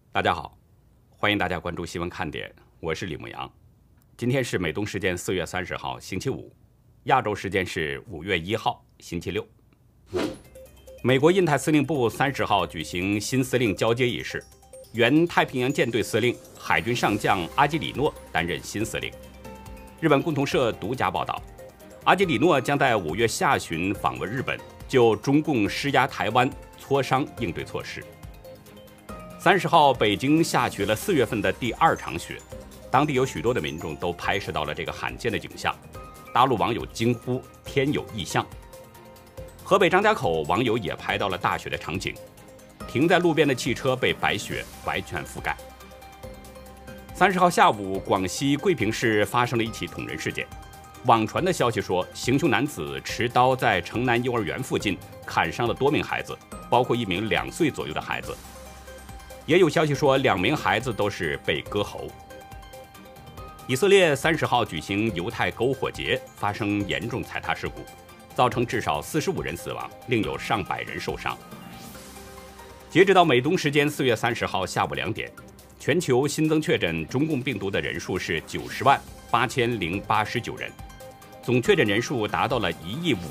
大家好，欢迎大家关注新闻看点，我是李牧阳。今天是美东时间4月30号星期五，亚洲时间是5月1号星期六。美国印太司令部30号举行新司令交接仪式，原太平洋舰队司令海军上将阿基里诺担任新司令。日本共同社独家报道，阿基里诺将在5月下旬访问日本，就中共施压台湾磋商应对措施。30号，北京下起了4月份的第2场雪，当地有许多的民众都拍摄到了这个罕见的景象，大陆网友惊呼天有异象。河北张家口网友也拍到了大雪的场景，停在路边的汽车被白雪完全覆盖。30号下午，广西桂平市发生了一起捅人事件，网传的消息说，行凶男子持刀在城南幼儿园附近砍伤了多名孩子，包括一名2岁左右的孩子。也有消息说，2名孩子都是被割喉。以色列30号举行犹太篝火节，发生严重踩踏事故，造成至少45人死亡，另有上百人受伤。截止到美东时间4月30号下午2点，全球新增确诊中共病毒的人数是908089人，总确诊人数达到了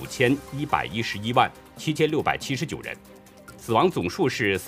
15117,7679人，死亡总数是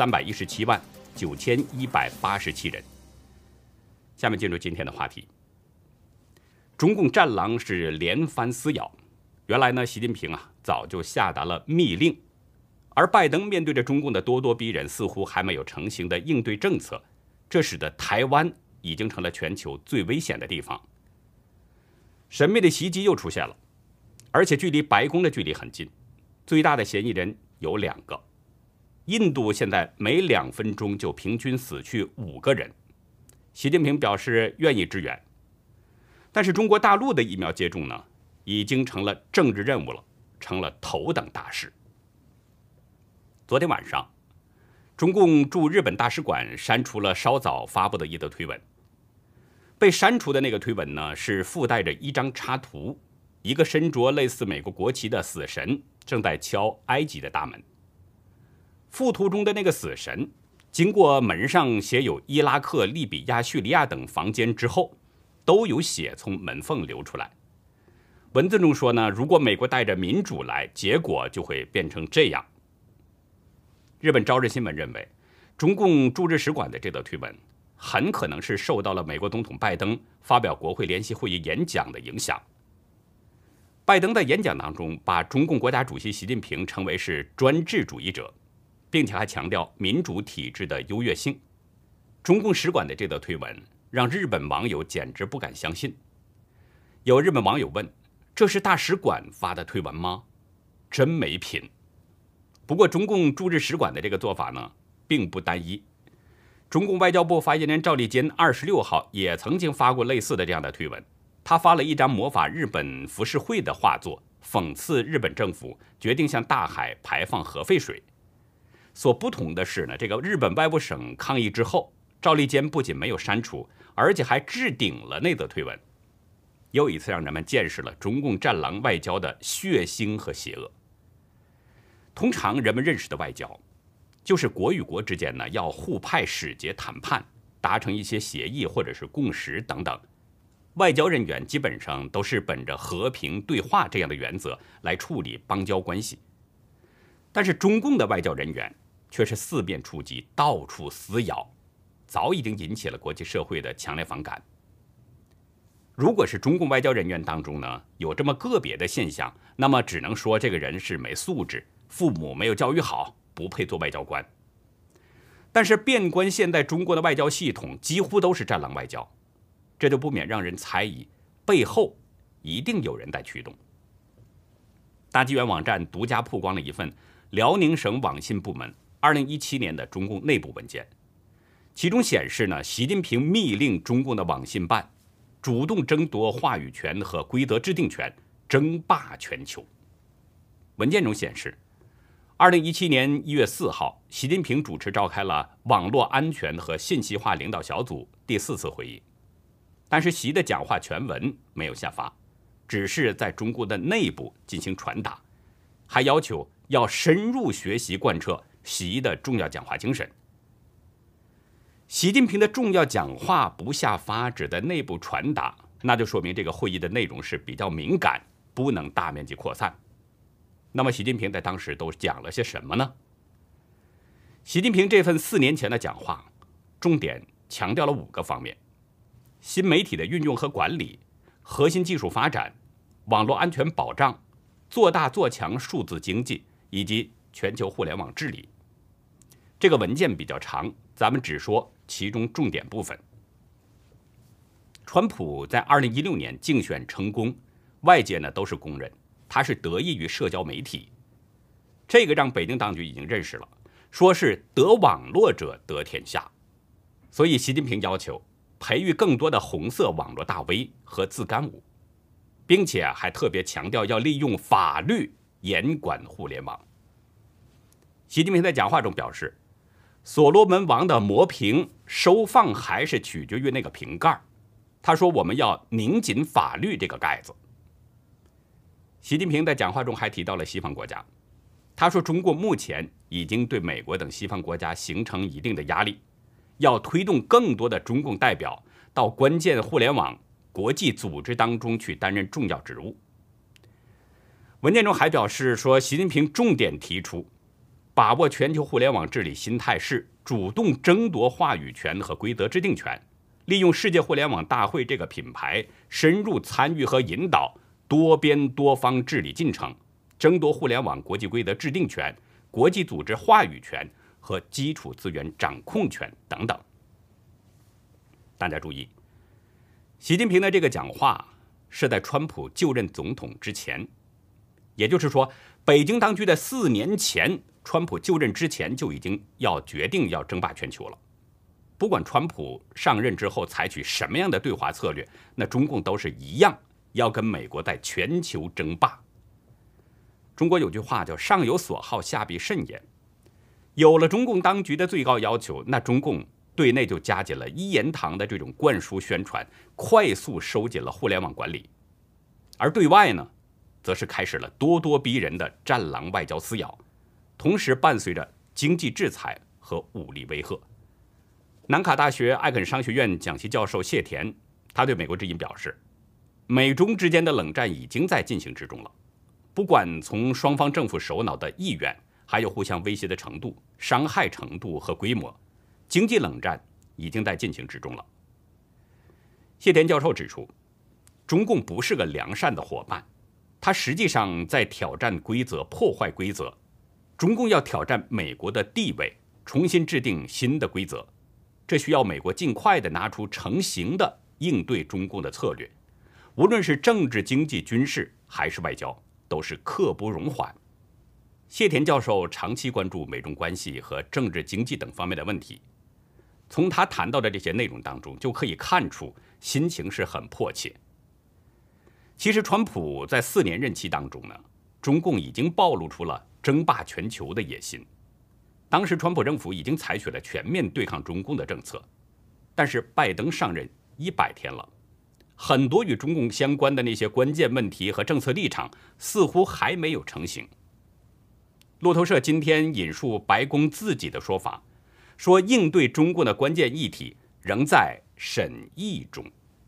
3179187人。下面进入今天的话题。中共战狼是连番撕咬，原来呢，习近平早就下达了密令，而拜登面对着中共的咄咄逼人，似乎还没有成型的应对政策，这使得台湾已经成了全球最危险的地方。神秘的袭击又出现了，而且距离白宫的距离很近，最大的嫌疑人有2个。印度现在每2分钟就平均死去5个人，习近平表示愿意支援。但是中国大陆的疫苗接种呢，已经成了政治任务了，成了头等大事。昨天晚上，中共驻日本大使馆删除了稍早发布的一则推文。被删除的那个推文呢，是附带着一张插图，一个身着类似美国国旗的死神正在敲埃及的大门。附图中的那个死神，经过门上写有伊拉克、利比亚、叙利亚等房间之后，都有血从门缝流出来。文字中说呢，如果美国带着民主来，结果就会变成这样。日本朝日新闻认为，中共驻日使馆的这则推文很可能是受到了美国总统拜登发表国会联席会议演讲的影响。拜登在演讲当中把中共国家主席习近平称为是专制主义者，并且还强调民主体制的优越性。中共使馆的这则推文让日本网友简直不敢相信。有日本网友问，这是大使馆发的推文吗？真没品。不过中共驻日使馆的这个做法呢，并不单一。中共外交部发言人赵立坚26号也曾经发过类似的这样的推文，他发了一张模仿日本浮世绘的画作，讽刺日本政府决定向大海排放核废水。所不同的是呢，这个日本外务省抗议之后，赵立坚不仅没有删除，而且还置顶了那则推文，又一次让人们见识了中共战狼外交的血腥和邪恶。通常人们认识的外交，就是国与国之间呢要互派使节谈判，达成一些协议或者是共识等等。外交人员基本上都是本着和平对话这样的原则来处理邦交关系。但是中共的外交人员却是四面出击，到处撕咬，早已经引起了国际社会的强烈反感。如果是中共外交人员当中呢有这么个别的现象，那么只能说这个人是没素质，父母没有教育好，不配做外交官。但是遍观现在中国的外交系统，几乎都是战狼外交，这就不免让人猜疑，背后一定有人在驱动。大纪元网站独家曝光了一份辽宁省网信部门2017年的中共内部文件，其中显示呢，习近平密令中共的网信办主动争夺话语权和规则制定权，争霸全球。文件中显示，2017年1月4号，习近平主持召开了网络安全和信息化领导小组第4次会议，但是习的讲话全文没有下发，只是在中国的内部进行传达，还要求要深入学习贯彻习的重要讲话精神。 习近平的重要讲话不下发旨的内部传达，那就说明这个会议的内容是比较敏感，不能大面积扩散。那么习近平在当时都讲了些什么呢？习近平这份4年前的讲话，重点强调了5个方面：新媒体的运用和管理、核心技术发展、网络安全保障、做大做强数字经济以及全球互联网治理。这个文件比较长，咱们只说其中重点部分。川普在2016年竞选成功，外界呢都是公认他是得益于社交媒体，这个让北京当局已经认识了，说是得网络者得天下。所以习近平要求培育更多的红色网络大 V 和自干五，并且还特别强调要利用法律严管互联网。习近平在讲话中表示，所罗门王的魔瓶收放还是取决于那个瓶盖。他说我们要拧紧法律这个盖子。习近平在讲话中还提到了西方国家，他说中国目前已经对美国等西方国家形成一定的压力，要推动更多的中共代表到关键互联网国际组织当中去担任重要职务。文件中还表示说，习近平重点提出把握全球互联网治理新态势，主动争夺话语权和规则制定权，利用世界互联网大会这个品牌，深入参与和引导多边多方治理进程，争夺互联网国际规则制定权、国际组织话语权和基础资源掌控权等等。大家注意，习近平的这个讲话是在川普就任总统之前，也就是说，北京当局在4年前川普就任之前就已经决定要争霸全球了。不管川普上任之后采取什么样的对华策略，那中共都是一样要跟美国在全球争霸。中国有句话叫上有所好，下必甚焉。有了中共当局的最高要求，那中共对内就加紧了一言堂的这种灌输宣传，快速收紧了互联网管理。而对外呢，则是开始了咄咄逼人的战狼外交撕咬，同时伴随着经济制裁和武力威吓。南卡大学艾肯商学院讲席教授谢田，他对美国之音表示，美中之间的冷战已经在进行之中了，不管从双方政府首脑的意愿，还有互相威胁的程度、伤害程度和规模，经济冷战已经在进行之中了。谢田教授指出，中共不是个良善的伙伴，他实际上在挑战规则、破坏规则。中共要挑战美国的地位，重新制定新的规则，这需要美国尽快的拿出成型的应对中共的策略，无论是政治、经济、军事还是外交，都是刻不容缓。谢田教授长期关注美中关系和政治、经济等方面的问题，从他谈到的这些内容当中，就可以看出心情是很迫切。其实川普在4年任期当中呢，中共已经暴露出了争霸全球的野心。当时川普政府已经采取了全面对抗中共的政策，但是拜登上任100天了，很多与中共相关的那些关键问题和政策立场似乎还没有成型。路透社今天引述白宫自己的说法，说应对中共的关键议题仍在审议中。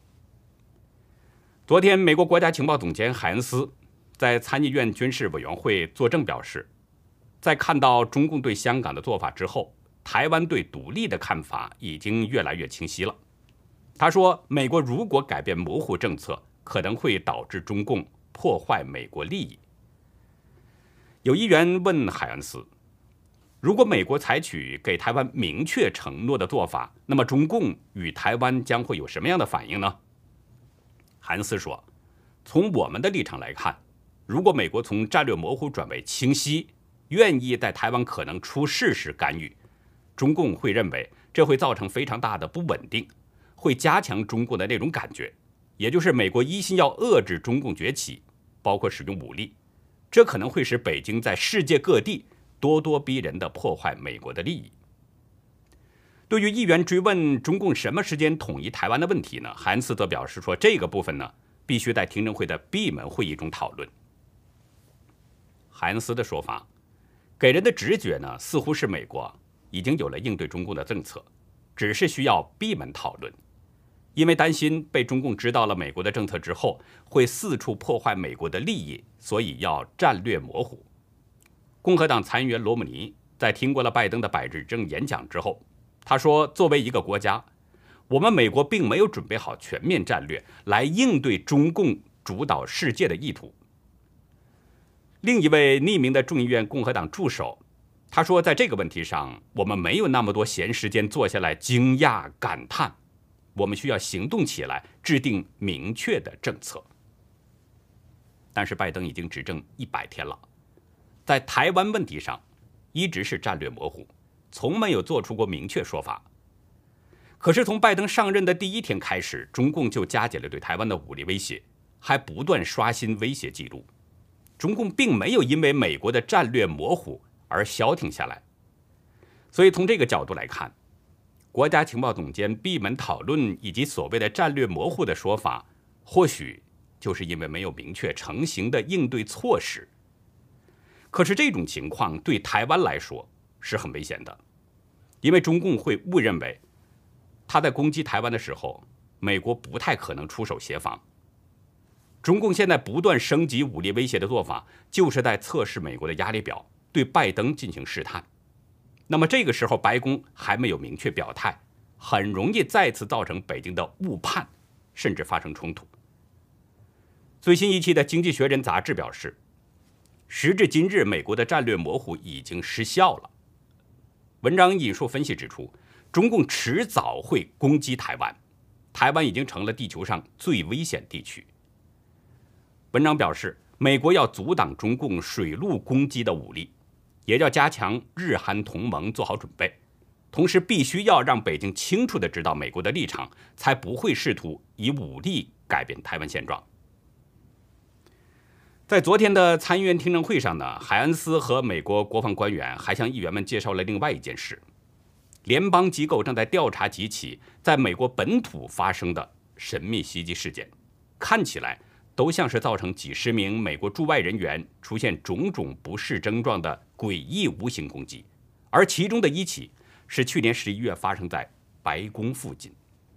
昨天，美国国家情报总监海恩斯在参议院军事委员会作证表示，在看到中共对香港的做法之后，台湾对独立的看法已经越来越清晰了。他说，美国如果改变模糊政策，可能会导致中共破坏美国利益。有议员问海恩斯，如果美国采取给台湾明确承诺的做法，那么中共与台湾将会有什么样的反应呢？海恩斯说，从我们的立场来看，如果美国从战略模糊转为清晰，愿意在台湾可能出事时干预，中共会认为这会造成非常大的不稳定，会加强中共的那种感觉，也就是美国一心要遏制中共崛起，包括使用武力，这可能会使北京在世界各地咄咄逼人地破坏美国的利益。对于议员追问中共什么时间统一台湾的问题呢，海恩斯则表示说，这个部分呢，必须在听证会的闭门会议中讨论。海恩斯的说法给人的直觉呢，似乎是美国已经有了应对中共的政策， 只是需要闭门讨论，因为担心被中共知道了美国的政策之后，会四处破坏美国的利益，所以要战略模糊。共和党参议员罗姆尼在听过了拜登的百日政演讲之后，他说：“作为一个国家，我们美国并没有准备好全面战略来应对中共主导世界的意图。”另一位匿名的众议院共和党助手，他说：“在这个问题上，我们没有那么多闲时间坐下来惊讶感叹，我们需要行动起来，制定明确的政策。”但是拜登已经执政100天了，在台湾问题上一直是战略模糊，从没有做出过明确说法。可是从拜登上任的第1天开始，中共就加紧了对台湾的武力威胁，还不断刷新威胁记录。中共并没有因为美国的战略模糊而消停下来。所以从这个角度来看，国家情报总监闭门讨论以及所谓的战略模糊的说法，或许就是因为没有明确成型的应对措施。可是这种情况对台湾来说是很危险的，因为中共会误认为他在攻击台湾的时候，美国不太可能出手协防。中共现在不断升级武力威胁的做法，就是在测试美国的压力表，对拜登进行试探。那么这个时候白宫还没有明确表态，很容易再次造成北京的误判，甚至发生冲突。最新一期的《经济学人》杂志表示，时至今日，美国的战略模糊已经失效了。文章引述分析指出，中共迟早会攻击台湾，台湾已经成了地球上最危险地区。文章表示，美国要阻挡中共水陆攻击的武力，也要加强日韩同盟做好准备，同时必须要让北京清楚地知道美国的立场，才不会试图以武力改变台湾现状。在昨天的参议院听证会上呢，海恩斯和美国国防官员还向议员们介绍了另外一件事：联邦机构正在调查几起在美国本土发生的神秘袭击事件，看起来都像是造成几十名美国驻外人员出现种种不适症状的诡异无形攻击，而其中的一起是去年11月发生在白宫附近。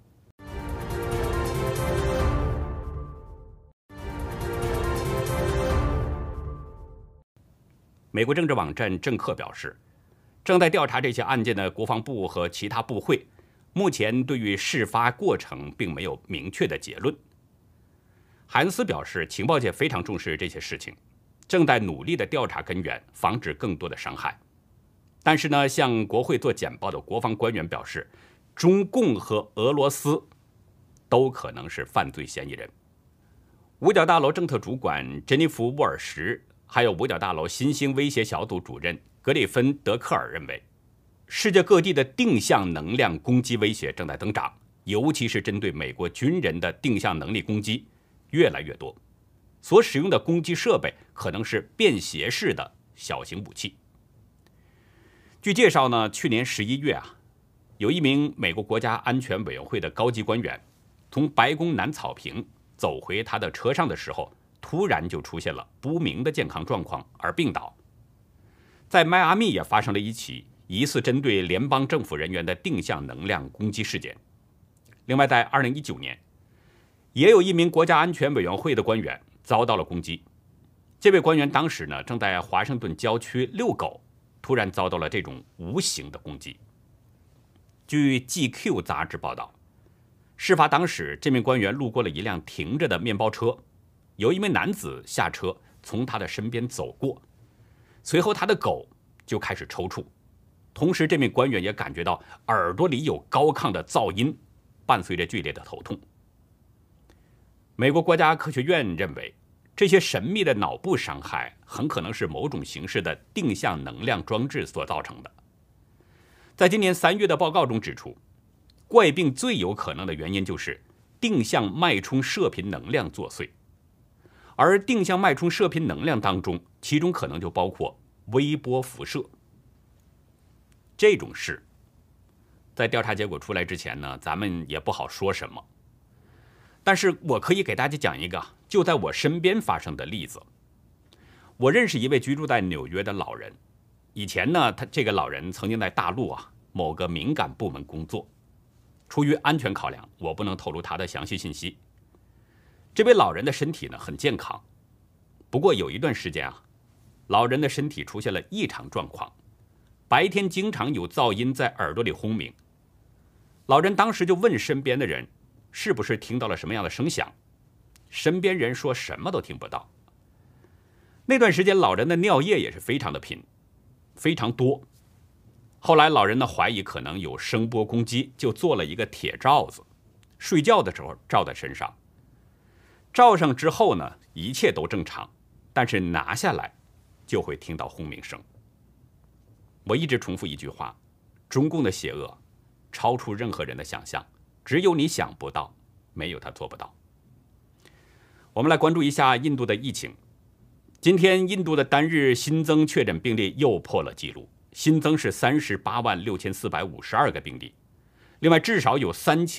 美国政治网站政客表示，正在调查这些案件的国防部和其他部会，目前对于事发过程并没有明确的结论。海恩斯表示，情报界非常重视这些事情，正在努力的调查根源，防止更多的伤害。但是呢，向国会做简报的国防官员表示，中共和俄罗斯都可能是犯罪嫌疑人。五角大楼政策主管珍妮弗·沃尔什，还有五角大楼新兴威胁小组主任格里芬·德克尔认为，世界各地的定向能量攻击威胁正在增长，尤其是针对美国军人的定向能力攻击越来越多，所使用的攻击设备可能是便携式的小型武器。据介绍呢，去年11月有一名美国国家安全委员会的高级官员从白宫南草坪走回他的车上的时候，突然就出现了不明的健康状况而病倒。在迈阿密也发生了一起疑似针对联邦政府人员的定向能量攻击事件。另外，在2019年，也有一名国家安全委员会的官员遭到了攻击。这位官员当时呢正在华盛顿郊区遛狗，突然遭到了这种无形的攻击。据 GQ 杂志报道，事发当时，这名官员路过了一辆停着的面包车，有一名男子下车从他的身边走过，随后他的狗就开始抽搐，同时这名官员也感觉到耳朵里有高亢的噪音，伴随着剧烈的头痛。美国国家科学院认为，这些神秘的脑部伤害很可能是某种形式的定向能量装置所造成的。在今年3月的报告中指出，怪病最有可能的原因就是定向脉冲射频能量作祟，而定向脉冲射频能量当中，其中可能就包括微波辐射。这种事在调查结果出来之前呢，咱们也不好说什么。但是我可以给大家讲一个就在我身边发生的例子。我认识一位居住在纽约的老人，以前呢，他这个老人曾经在大陆某个敏感部门工作， 出于安全考量，我不能透露他的详细信息。这位老人的身体呢很健康，不过有一段时间啊，老人的身体出现了异常状况，白天经常有噪音在耳朵里轰鸣。老人当时就问身边的人，是不是听到了什么样的声响？身边人说什么都听不到。那段时间，老人的尿液也是非常的频，非常多。后来老人呢怀疑可能有声波攻击，就做了一个铁罩子，睡觉的时候罩在身上。罩上之后呢，一切都正常，但是拿下来就会听到轰鸣声。我一直重复一句话：中共的邪恶超出任何人的想象，只有你想不到，没有他做不到。我们来关注一下印度的疫情。今天印度的单日新增确诊病例又破了纪录，新增是386452个病例，另外至少有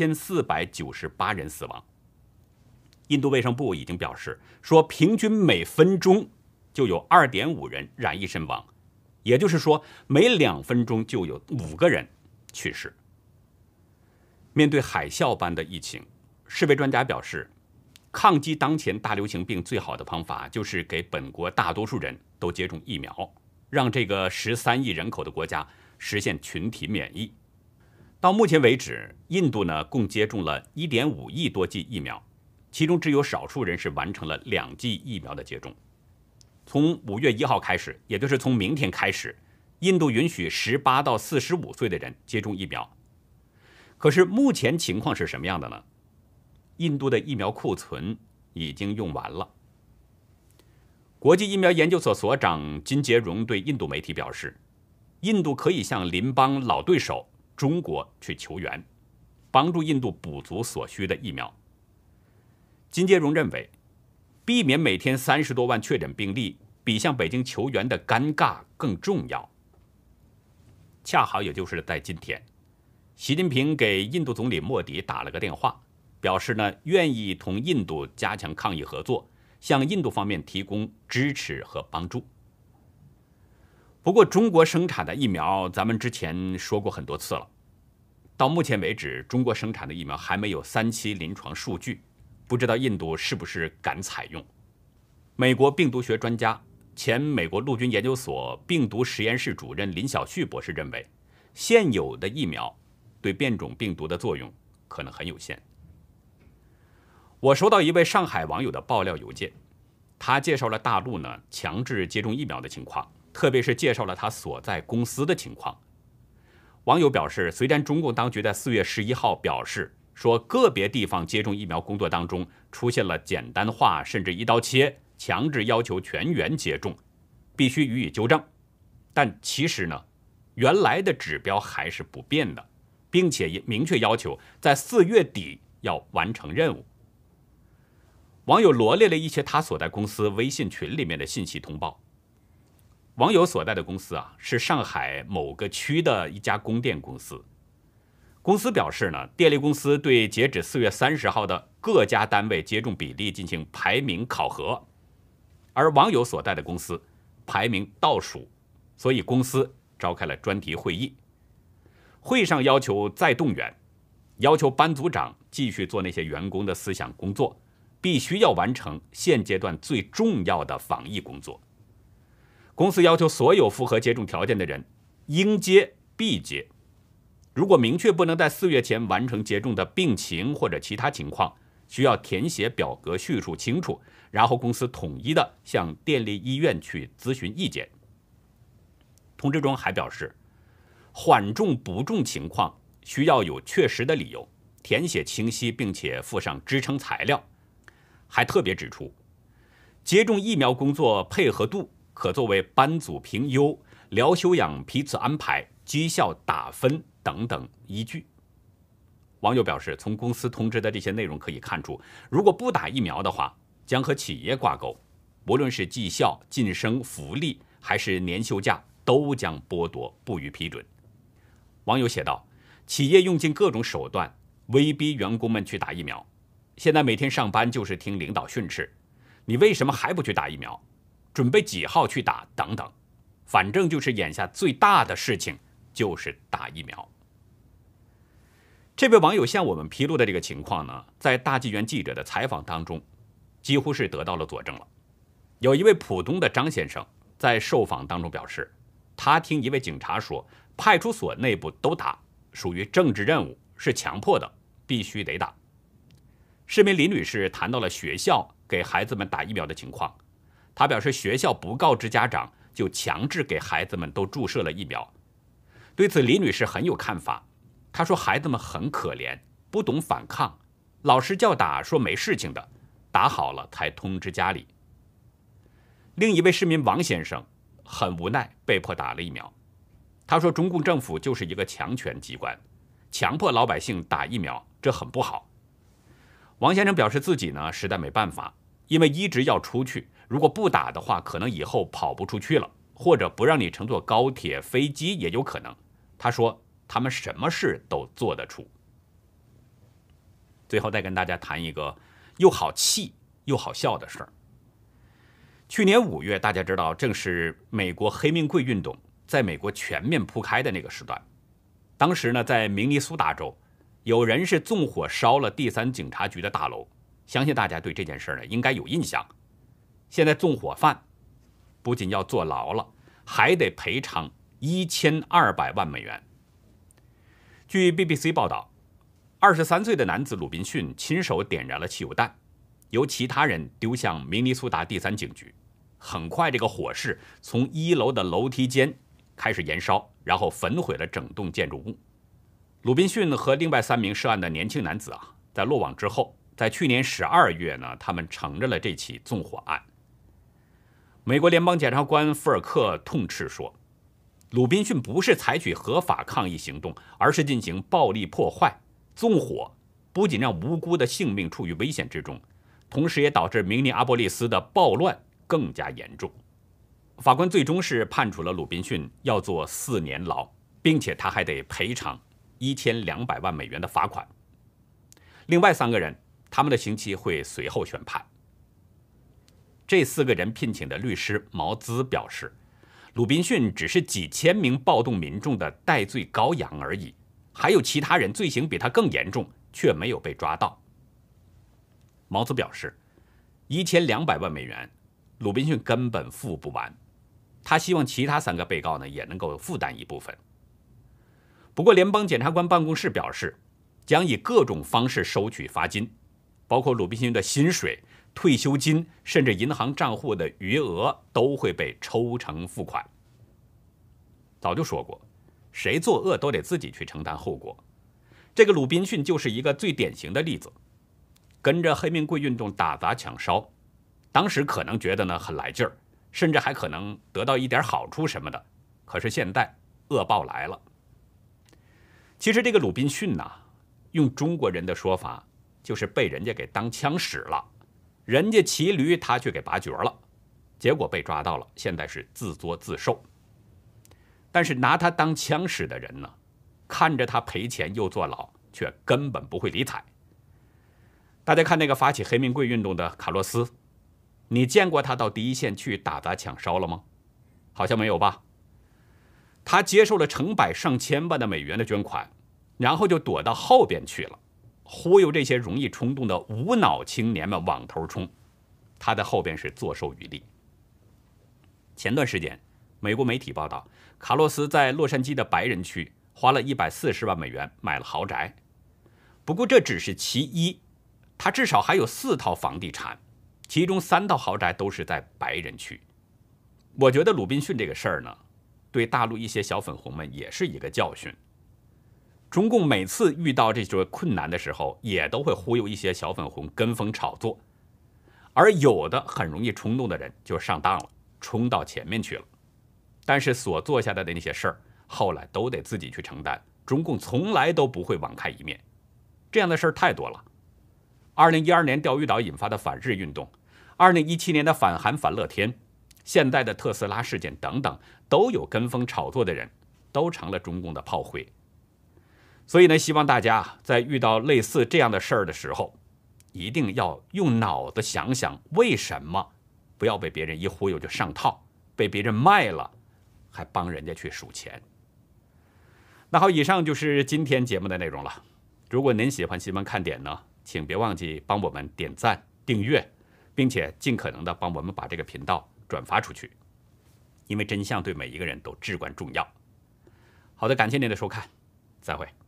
3498人死亡。印度卫生部已经表示说，平均每分钟就有2.5人染疫身亡，也就是说每2分钟就有5个人去世。面对海啸般的疫情，世卫专家表示，抗击当前大流行病最好的方法就是给本国大多数人都接种疫苗，让这个13亿人口的国家实现群体免疫。到目前为止，印度呢共接种了1.5亿多剂疫苗，其中只有少数人是完成了2剂疫苗的接种。从5月1号开始，也就是从明天开始，印度允许18到45岁的人接种疫苗。可是目前情况是什么样的呢？印度的疫苗库存已经用完了。国际疫苗研究所所长金杰荣对印度媒体表示，印度可以向邻邦老对手中国去求援，帮助印度补足所需的疫苗。金杰荣认为，避免每天30多万确诊病例比向北京求援的尴尬更重要。恰好也就是在今天，习近平给印度总理莫迪打了个电话，表示呢愿意同印度加强抗疫合作，向印度方面提供支持和帮助。不过中国生产的疫苗咱们之前说过很多次了，到目前为止中国生产的疫苗还没有3期临床数据，不知道印度是不是敢采用。美国病毒学专家、前美国陆军研究所病毒实验室主任林晓旭博士认为，现有的疫苗对变种病毒的作用可能很有限。我收到一位上海网友的爆料邮件，他介绍了大陆呢强制接种疫苗的情况，特别是介绍了他所在公司的情况。网友表示，虽然中共当局在4月11号表示说个别地方接种疫苗工作当中出现了简单化甚至一刀切，强制要求全员接种，必须予以纠正，但其实呢，原来的指标还是不变的，并且也明确要求在4月底要完成任务。网友罗列了一些他所在公司微信群里面的信息通报。网友所在的公司啊，是上海某个区的一家供电公司。公司表示呢，电力公司对截止4月30号的各家单位接种比例进行排名考核，而网友所在的公司排名倒数，所以公司召开了专题会议。会上要求再动员，要求班组长继续做那些员工的思想工作，必须要完成现阶段最重要的防疫工作。公司要求所有符合接种条件的人应接必接，如果明确不能在4月前完成接种的病情或者其他情况，需要填写表格叙述清楚，然后公司统一的向电力医院去咨询意见。通知中还表示，缓中不中情况需要有确实的理由，填写清晰并且附上支撑材料。还特别指出，接种疫苗工作配合度可作为班组评优、疗休养批次安排、绩效打分等等依据。网友表示，从公司通知的这些内容可以看出，如果不打疫苗的话，将和企业挂钩，无论是绩效、晋升、福利还是年休假，都将剥夺，不予批准。网友写道，企业用尽各种手段威逼员工们去打疫苗，现在每天上班就是听领导训斥，你为什么还不去打疫苗？准备几号去打等等，反正就是眼下最大的事情就是打疫苗。 这位网友向我们披露的这个情况呢，在大纪元记者的采访当中，几乎是得到了佐证了。有一位浦东的张先生在受访当中表示，他听一位警察说，派出所内部都打，属于政治任务，是强迫的，必须得打。市民林女士谈到了学校给孩子们打疫苗的情况，她表示学校不告知家长，就强制给孩子们都注射了疫苗。对此，林女士很有看法。她说孩子们很可怜，不懂反抗，老师叫打说没事情的，打好了才通知家里。另一位市民王先生很无奈，被迫打了疫苗。他说中共政府就是一个强权机关，强迫老百姓打疫苗，这很不好。王先生表示自己呢实在没办法，因为一直要出去，如果不打的话，可能以后跑不出去了，或者不让你乘坐高铁、飞机也有可能。他说他们什么事都做得出。最后再跟大家谈一个又好气又好笑的事儿。去年5月，大家知道正是美国黑命贵运动在美国全面铺开的那个时段。当时呢，在明尼苏达州，有人是纵火烧了第3警察局的大楼，相信大家对这件事呢应该有印象。现在纵火犯不仅要坐牢了，还得赔偿1200万美元。据 BBC 报道，23岁的男子鲁滨逊亲手点燃了汽油弹，由其他人丢向明尼苏达第3警局。很快，这个火势从1楼的楼梯间开始延烧，然后焚毁了整栋建筑物。鲁滨逊和另外3名涉案的年轻男子在落网之后，在去年12月呢，他们承认了这起纵火案。美国联邦检察官福尔克痛斥说，鲁滨逊不是采取合法抗议行动，而是进行暴力破坏。纵火不仅让无辜的性命处于危险之中，同时也导致明尼阿波利斯的暴乱更加严重。法官最终是判处了鲁滨逊要坐4年牢，并且他还得赔偿1200万美元的罚款。另外3个人，他们的刑期会随后宣判。这4个人聘请的律师毛兹表示，鲁滨逊只是几千名暴动民众的代罪羔羊而已，还有其他人罪行比他更严重，却没有被抓到。毛兹表示，1200万美元，鲁滨逊根本付不完，他希望其他3个被告呢也能够负担一部分。不过，联邦检察官办公室表示，将以各种方式收取罚金，包括鲁滨逊的薪水、退休金，甚至银行账户的余额都会被抽成付款。早就说过，谁作恶都得自己去承担后果。这个鲁滨逊就是一个最典型的例子，跟着黑命贵运动打砸抢烧，当时可能觉得呢很来劲儿，甚至还可能得到一点好处什么的。可是现在恶报来了。其实这个鲁滨逊用中国人的说法，就是被人家给当枪使了。人家骑驴，他却给拔角了，结果被抓到了，现在是自作自受。但是拿他当枪使的人呢，看着他赔钱又坐牢，却根本不会理睬。大家看那个发起黑命贵运动的卡洛斯，你见过他到第一线去打砸抢烧了吗？好像没有吧。他接受了成百上千万的美元的捐款，然后就躲到后边去了，忽悠这些容易冲动的无脑青年们往头冲，他在后边是坐收渔利。前段时间，美国媒体报道，卡洛斯在洛杉矶的白人区花了140万美元买了豪宅。不过这只是其一，他至少还有4套房地产，其中3套豪宅都是在白人区。我觉得鲁滨逊这个事儿呢，对大陆一些小粉红们也是一个教训。中共每次遇到这种困难的时候，也都会忽悠一些小粉红跟风炒作，而有的很容易冲动的人就上当了，冲到前面去了。但是所做下的那些事儿，后来都得自己去承担，中共从来都不会网开一面。这样的事儿太多了。2012年钓鱼岛引发的反日运动，2017年的反韩反乐天，现在的特斯拉事件等等，都有跟风炒作的人，都成了中共的炮灰。所以呢，希望大家在遇到类似这样的事儿的时候，一定要用脑子想想为什么，不要被别人一忽悠就上套，被别人卖了，还帮人家去数钱。那好，以上就是今天节目的内容了。 如果您喜欢新闻看点呢，请别忘记帮我们点赞、订阅，并且尽可能的帮我们把这个频道转发出去，因为真相对每一个人都至关重要。好的，感谢您的收看，再会。